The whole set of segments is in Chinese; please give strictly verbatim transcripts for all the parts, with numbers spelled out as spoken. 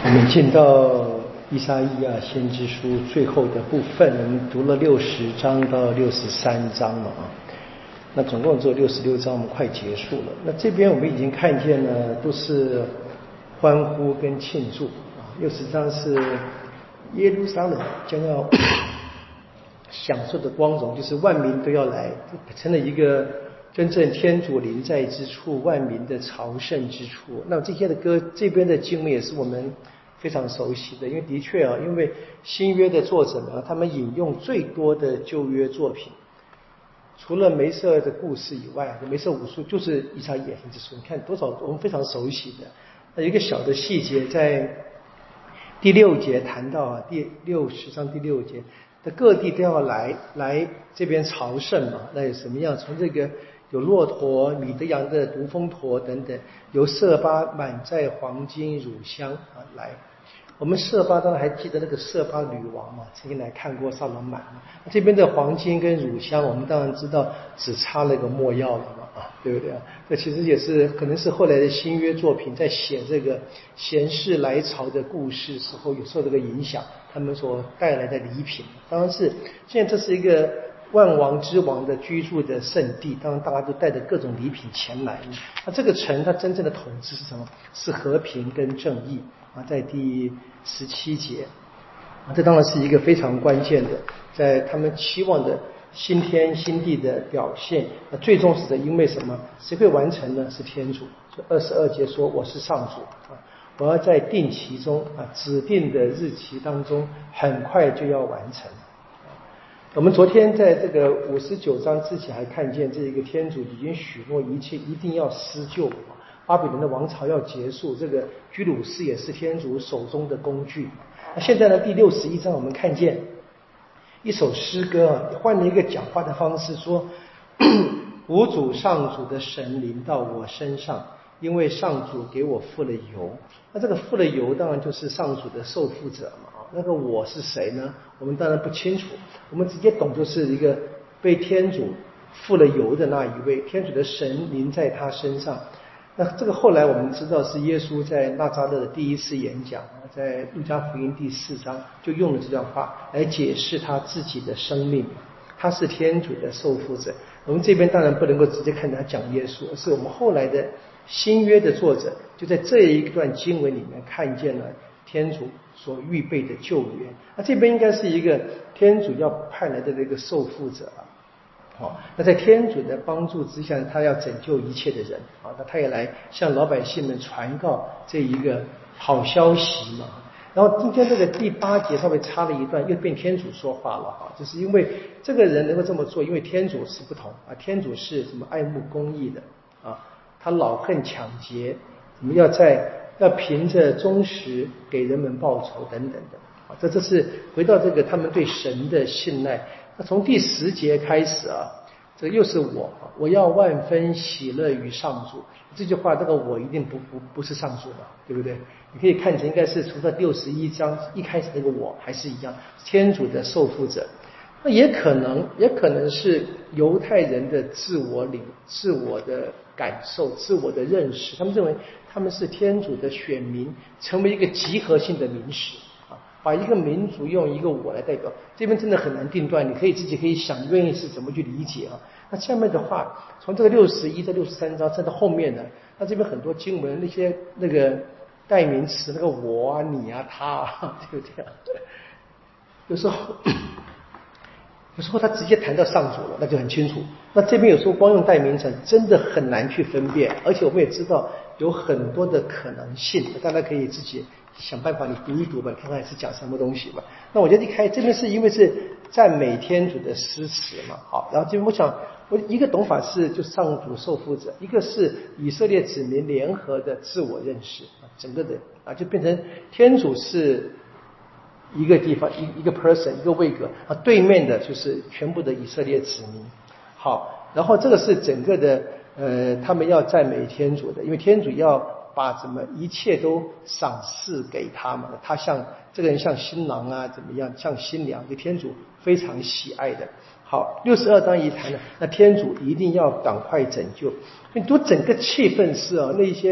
我们进到以赛亚先知书最后的部分，我们读了六十章到六十三章了啊。那总共只有六十六章，我们快结束了。那这边我们已经看见了，都是欢呼跟庆祝啊。六十章是耶路撒冷将要享受的光荣，就是万民都要来，成了一个真正天主临在之处，万民的朝圣之处。那这些的歌，这边的经文也是我们非常熟悉的，因为的确啊，因为新约的作者呢，他们引用最多的旧约作品，除了梅瑟的故事以外，梅瑟五书就是以赛亚先知书。你看多少我们非常熟悉的。那有一个小的细节，在第六节谈到啊，第六十章第六节的各地都要来来这边朝圣嘛。那有什么样？从这个有骆驼、米德扬的毒蜂驼等等，由色巴满载黄金乳香啊来。我们色巴当然还记得那个色巴女王嘛，曾经来看过萨罗满嘛。这边的黄金跟乳香，我们当然知道只差了个没药了嘛，啊，对不对啊？这其实也是可能是后来的新约作品在写这个贤士来朝的故事时候有受这个影响，他们所带来的礼品。当然是现在这是一个万王之王的居住的圣地，当然大家都带着各种礼品前来。那这个城它真正的统治是什么？是和平跟正义啊，在第十七节啊，这当然是一个非常关键的，在他们期望的新天新地的表现。那最终是的，因为什么？谁会完成呢？是天主。就二十二节说：“我是上主啊，我要在定期中啊，指定的日期当中，很快就要完成。”我们昨天在这个五十九章之前还看见，这一个天主已经许诺一切一定要施救，巴比伦的王朝要结束，这个居鲁士也是天主手中的工具。那现在呢，第六十一章我们看见一首诗歌啊，换了一个讲话的方式说：无主上主的神临到我身上，因为上主给我付了油。那这个付了油当然就是上主的受付者嘛。那个我是谁呢？我们当然不清楚，我们直接懂就是一个被天主付了油的那一位，天主的神临在他身上。那这个后来我们知道是耶稣在纳匝勒的第一次演讲，在路加福音第四章就用了这段话来解释他自己的生命，他是天主的受付者。我们这边当然不能够直接看他讲耶稣，而是我们后来的新约的作者就在这一段经文里面看见了天主所预备的救援。那这边应该是一个天主要派来的这个受付者啊。好，那在天主的帮助之下，他要拯救一切的人啊，那他也来向老百姓们传告这一个好消息嘛。然后今天这个第八节稍微插了一段，又变天主说话了啊，就是因为这个人能够这么做，因为天主是不同啊，天主是什么爱慕公义的啊，他老恨抢劫，我们要在要凭着忠实给人们报仇等等的啊，这这是回到这个他们对神的信赖。那从第十节开始啊，这又是我，我要万分喜乐于上主。这句话，这个我一定不不不是上主嘛，对不对？你可以看成应该是除了六十一章一开始那个我还是一样，天主的受付者。那也可能，也可能是犹太人的自我领、自我的感受、自我的认识，他们认为他们是天主的选民，成为一个集合性的民史。把一个民族用一个我来代表，这边真的很难定断，你可以自己可以想愿意是怎么去理解啊。那下面的话，从这个六十一到六十三章，再到后面呢，那这边很多经文那些那个代名词，那个我啊、你啊、他啊，就这样。有时候，有时候他直接谈到上主了，那就很清楚。那这边有时候光用代名词，真的很难去分辨，而且我们也知道有很多的可能性，大家可以自己想办法，你读一读吧，看看是讲什么东西吧。那我觉得一开这边是因为是赞美天主的诗词嘛，好，然后这边我想，我一个懂法是就上主受付者，一个是以色列子民联合的自我认识啊，整个的啊就变成天主是一个地方一一个 person 一个位格啊，对面的就是全部的以色列子民。好，然后这个是整个的呃，他们要赞美天主的，因为天主要把怎么一切都赏赐给他们，他像这个人像新郎啊，怎么样像新娘，对天主非常喜爱的。好，六十二章一谈呢，那天主一定要赶快拯救。你读整个气氛是啊，那些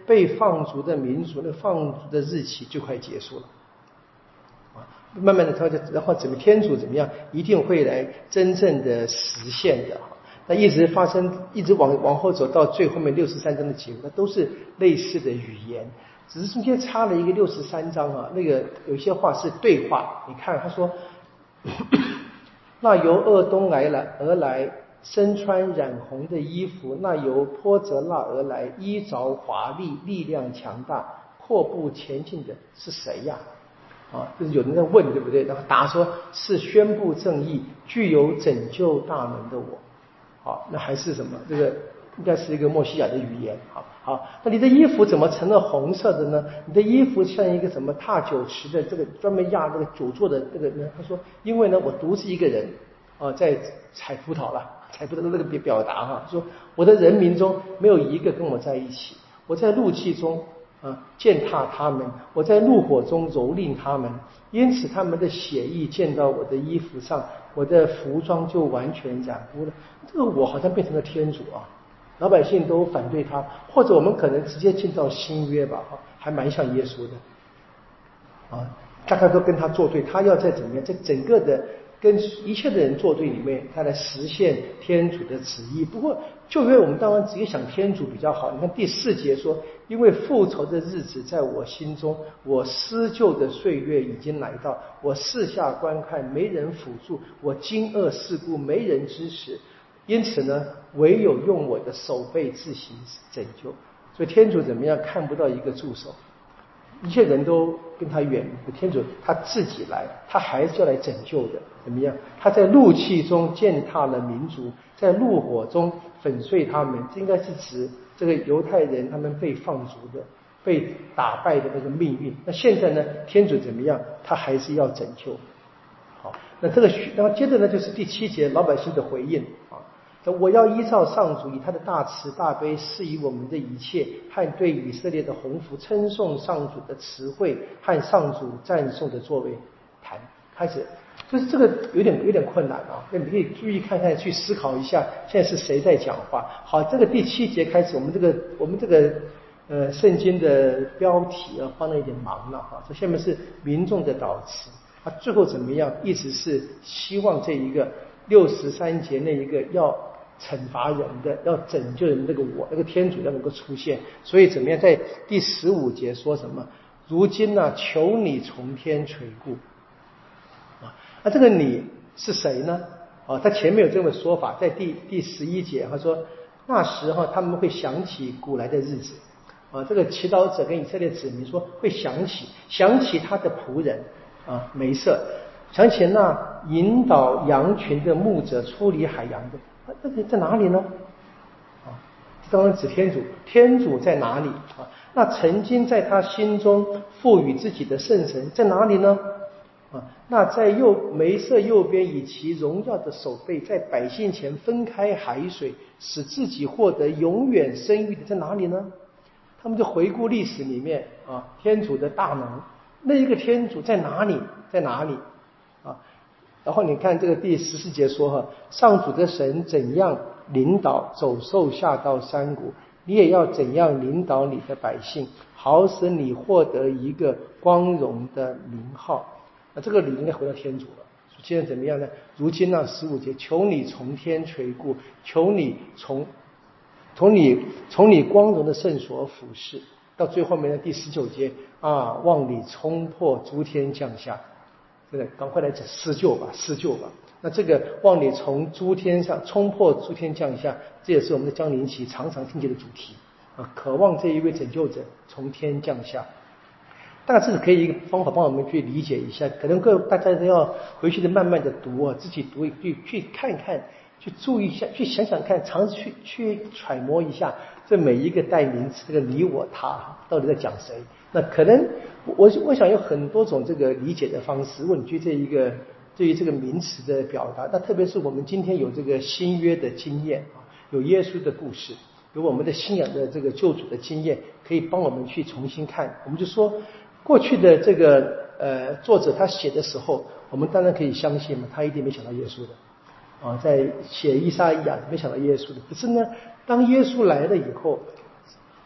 被放逐的民族，那放逐的日期就快结束了。慢慢的，他就然后怎么天主怎么样，一定会来真正的实现的。那一直发生，一直往往后走到最后面六十三章的结尾，那都是类似的语言，只是中间插了一个六十三章啊，那个有些话是对话。你看他说，那由鄂东来来而来，身穿染红的衣服；那由波泽那而来，衣着华丽，力量强大，阔步前进的是谁呀？啊，就是有人在问，对不对？然后答说是宣布正义、具有拯救大能的我。好，那还是什么？这个应该是一个默西亚的语言。好，好，那你的衣服怎么成了红色的呢？你的衣服像一个什么踏酒池的这个专门压这个酒座的这个呢？他说，因为呢，我独自一个人啊，在采葡萄了，采葡萄的那个表达哈，说我的人民中没有一个跟我在一起，我在怒气中。啊，践踏他们，我在怒火中蹂躏他们，因此他们的血液溅到我的衣服上，我的服装就完全染污了。这个我好像变成了天主啊，老百姓都反对他，或者我们可能直接进到新约吧，还蛮像耶稣的啊，大家都跟他作对，他要在怎么样，在整个的跟一切的人作对里面，他来实现天主的旨意。不过旧约我们当然直接想天主比较好。你看第四节说，因为复仇的日子在我心中，我施救的岁月已经来到，我四下观看，没人辅助，我惊愕四顾，没人支持，因此呢，唯有用我的手背自行拯救。所以天主怎么样，看不到一个助手，一切人都跟他远离，天主他自己来，他还是要来拯救的。怎么样？他在怒气中践踏了民族，在怒火中粉碎他们。这应该是指这个犹太人他们被放逐的、被打败的那个命运。那现在呢，天主怎么样？他还是要拯救。好，那这个，然后接着呢，就是第七节老百姓的回应啊。我要依照上主以他的大慈大悲赐予我们的一切，和对以色列的鸿福，称颂上主的慈惠和上主赞颂的作为谈。开始，就是这个有点有点困难啊，那你可以注意看看，去思考一下，现在是谁在讲话？好，这个第七节开始，我们这个我们这个呃圣经的标题啊帮了一点忙了哈。这下面是民众的祷词，啊，最后怎么样？一直是希望这一个六十三节那一个要惩罚人的、要拯救人的那个我，那个天主要能够出现。所以怎么样？在第十五节说什么？如今呢、啊，求你从天垂顾。啊，那这个你是谁呢？啊，他前面有这么说法，在第第十一节，他说那时哈他们会想起古来的日子。啊，这个祈祷者跟以色列子民说会想起，想起他的仆人啊梅瑟，想起那引导羊群的牧者出离海洋的。那个在哪里呢？啊，当然指天主，天主在哪里啊？那曾经在他心中赋予自己的圣神在哪里呢？啊，那在右梅瑟右边以其荣耀的手背，在百姓前分开海水，使自己获得永远生育的在哪里呢？他们就回顾历史里面啊，天主的大能，那一个天主在哪里？在哪里？啊？然后你看这个第十四节说哈，上主的神怎样领导走兽下到山谷，你也要怎样领导你的百姓，好使你获得一个光荣的名号。那这个理应该回到天主了。现在怎么样呢？如今呢，十五节，求你从天垂顾，求你从从你从你光荣的圣所俯视，到最后面的第十九节啊，望你冲破诸天降下。这个赶快来讲施救吧，施救吧。那这个望你从诸天上冲破诸天降下，这也是我们的江林奇常常听见的主题啊，渴望这一位拯救者从天降下。大概这是可以一个方法帮我们去理解一下，可能各大家都要回去的慢慢的读啊，自己读去去看看，去注意一下，去想想看，尝试去去揣摩一下这每一个代名词，这个你我他到底在讲谁。那可能我我想有很多种这个理解的方式。如果你对这一个对于这个名词的表达，那特别是我们今天有这个新约的经验啊，有耶稣的故事，有我们的信仰的这个救主的经验，可以帮我们去重新看。我们就说过去的这个呃作者他写的时候，我们当然可以相信嘛，他一定没想到耶稣的啊，在写以赛亚没想到耶稣的。可是呢，当耶稣来了以后，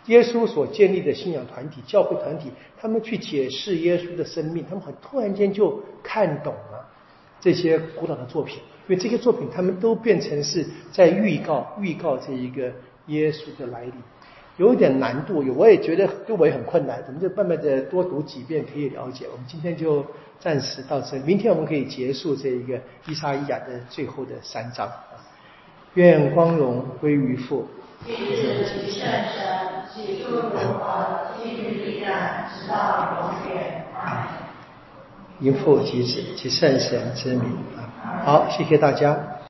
耶稣所建立的信仰团体、教会团体，他们去解释耶稣的生命，他们很突然间就看懂了这些古老的作品，因为这些作品他们都变成是在预告预告这一个耶稣的来临，有一点难度，我也觉得对我也很困难，我们就慢慢的多读几遍可以了解。我们今天就暂时到这里，明天我们可以结束这一个以赛亚的最后的三章。愿光荣归于父， 既是其圣神，起初如何，今日必然，直到永远。阿们。 因父及子及圣神之名。好，谢谢大家。